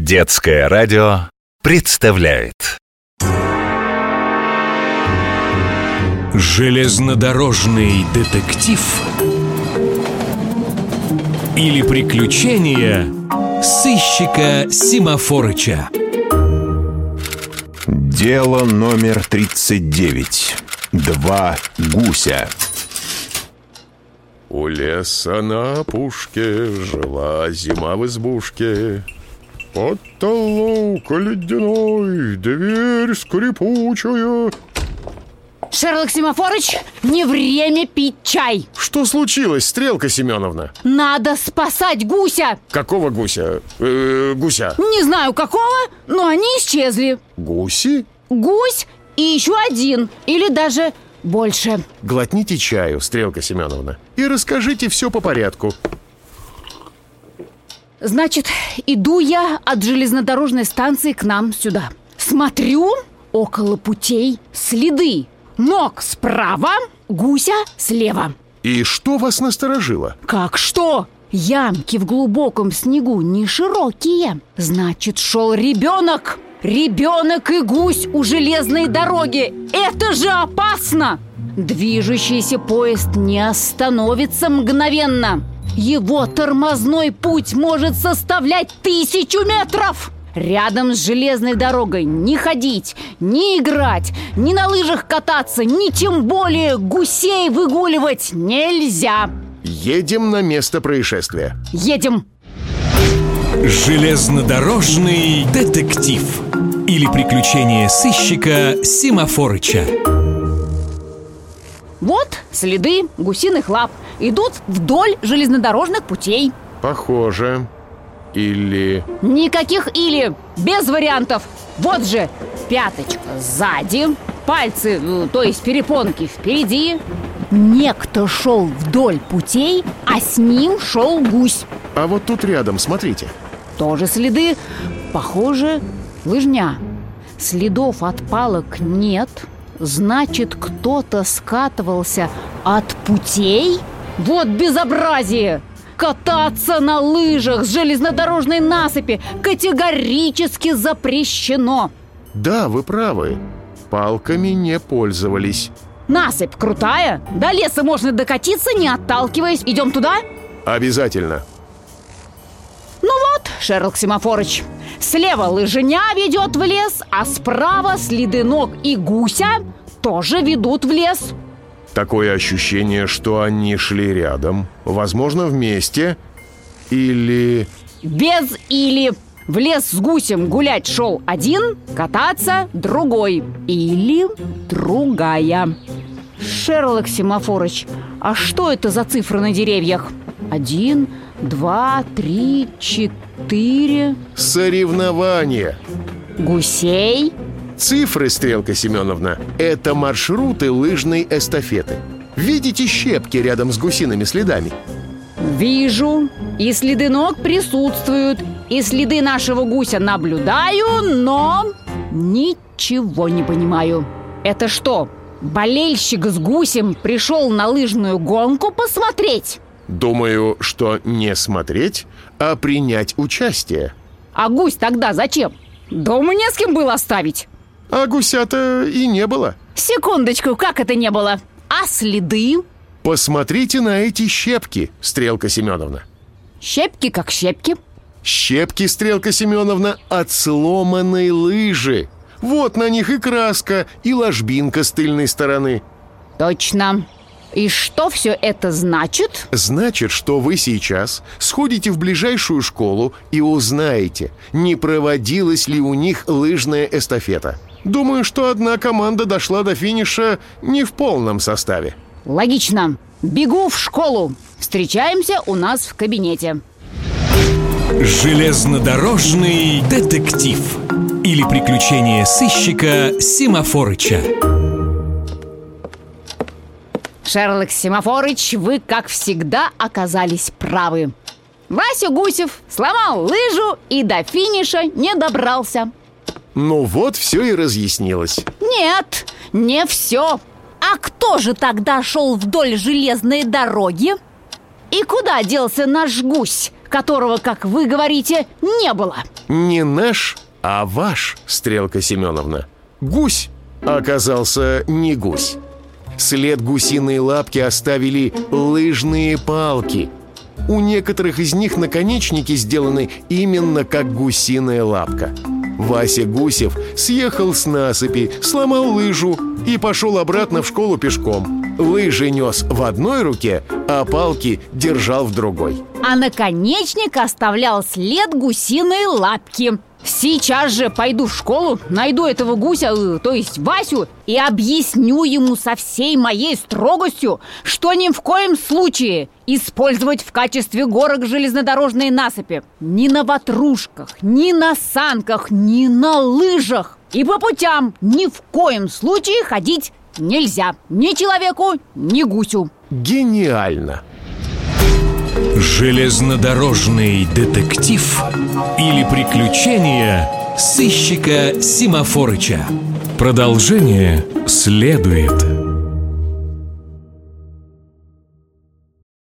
Детское радио представляет Железнодорожный детектив или приключения сыщика Семафорыча. Дело номер 39. Два гуся. У леса на опушке жила зима в избушке. Потолок ледяной, дверь скрипучая. Шерлок Семафорыч, не время пить чай. Что случилось, Стрелка Семеновна? Надо спасать гуся. Какого гуся? Гуся. Не знаю какого, но они исчезли. Гуси? Гусь и еще один, или даже больше. Глотните чаю, Стрелка Семеновна, и расскажите все по порядку. Значит, иду я от железнодорожной станции к нам сюда. Смотрю, около путей следы. Ног справа, гуся слева. И что вас насторожило? Как что? Ямки в глубоком снегу не широкие. Значит, шел ребенок. Ребенок и гусь у железной дороги. Это же опасно! Движущийся поезд не остановится мгновенно. Его тормозной путь может составлять 1000 метров. Рядом с железной дорогой не ходить, не играть, ни на лыжах кататься, ни тем более гусей выгуливать нельзя. Едем на место происшествия. Едем. Железнодорожный детектив или приключения сыщика Семафорыча. Вот следы гусиных лап идут вдоль железнодорожных путей. Похоже. Или... Никаких «или», без вариантов. Вот же пяточка сзади, пальцы, то есть перепонки впереди. Некто шел вдоль путей, а с ним шел гусь. А вот тут рядом, смотрите. Тоже следы, похоже, лыжня. Следов от палок нет. Значит, кто-то скатывался от путей? Вот безобразие! Кататься на лыжах с железнодорожной насыпи категорически запрещено. Да, вы правы. Палками не пользовались. Насыпь крутая. До леса можно докатиться, не отталкиваясь. Идем туда? Обязательно. Ну вот, Шерлок Семафорыч, слева лыжня ведет в лес, а справа следы ног и гуся тоже ведут в лес. Такое ощущение, что они шли рядом. Возможно, вместе. Или... Без «или». В лес с гусем гулять шел один, кататься другой. Или другая. Шерлок Семафорыч, а что это за цифры на деревьях? 1, 2, 3, 4... Соревнования. Гусей? Цифры, Стрелка Семеновна, это маршруты лыжной эстафеты. Видите щепки рядом с гусиными следами? Вижу. И следы ног присутствуют. И следы нашего гуся наблюдаю, но ничего не понимаю. Это что, болельщик с гусем пришел на лыжную гонку посмотреть? Думаю, что не смотреть, а принять участие. А гусь тогда зачем? Дома не с кем было оставить. А гуся-то и не было. Секундочку, как это не было? А следы? Посмотрите на эти щепки, Стрелка Семеновна. Щепки как щепки. Щепки, Стрелка Семеновна, от сломанной лыжи. Вот на них и краска, и ложбинка с тыльной стороны. Точно. И что все это значит? Значит, что вы сейчас сходите в ближайшую школу и узнаете, не проводилась ли у них лыжная эстафета. Думаю, что одна команда дошла до финиша не в полном составе. Логично. Бегу в школу. Встречаемся у нас в кабинете. Железнодорожный детектив или приключения сыщика Семафорыча. Шерлок Семафорыч, вы, как всегда, оказались правы. Вася Гусев сломал лыжу и до финиша не добрался. Ну вот, все и разъяснилось. Нет, не все. А кто же тогда шел вдоль железной дороги? И куда делся наш гусь, которого, как вы говорите, не было. Не наш, а ваш, Стрелка Семеновна. Гусь оказался не гусь. След гусиной лапки оставили лыжные палки. У некоторых из них наконечники сделаны именно как гусиная лапка. Вася Гусев съехал с насыпи, сломал лыжу и пошел обратно в школу пешком. Лыжи нес в одной руке, а палки держал в другой. А наконечник оставлял след гусиной лапки. Сейчас же пойду в школу, найду этого гуся, то есть Васю, и объясню ему со всей моей строгостью, что ни в коем случае использовать в качестве горок железнодорожные насыпи ни на ватрушках, ни на санках, ни на лыжах. И по путям ни в коем случае ходить нельзя ни человеку, ни гусю. Гениально! Железнодорожный детектив или приключения сыщика Симафорыча. Продолжение следует.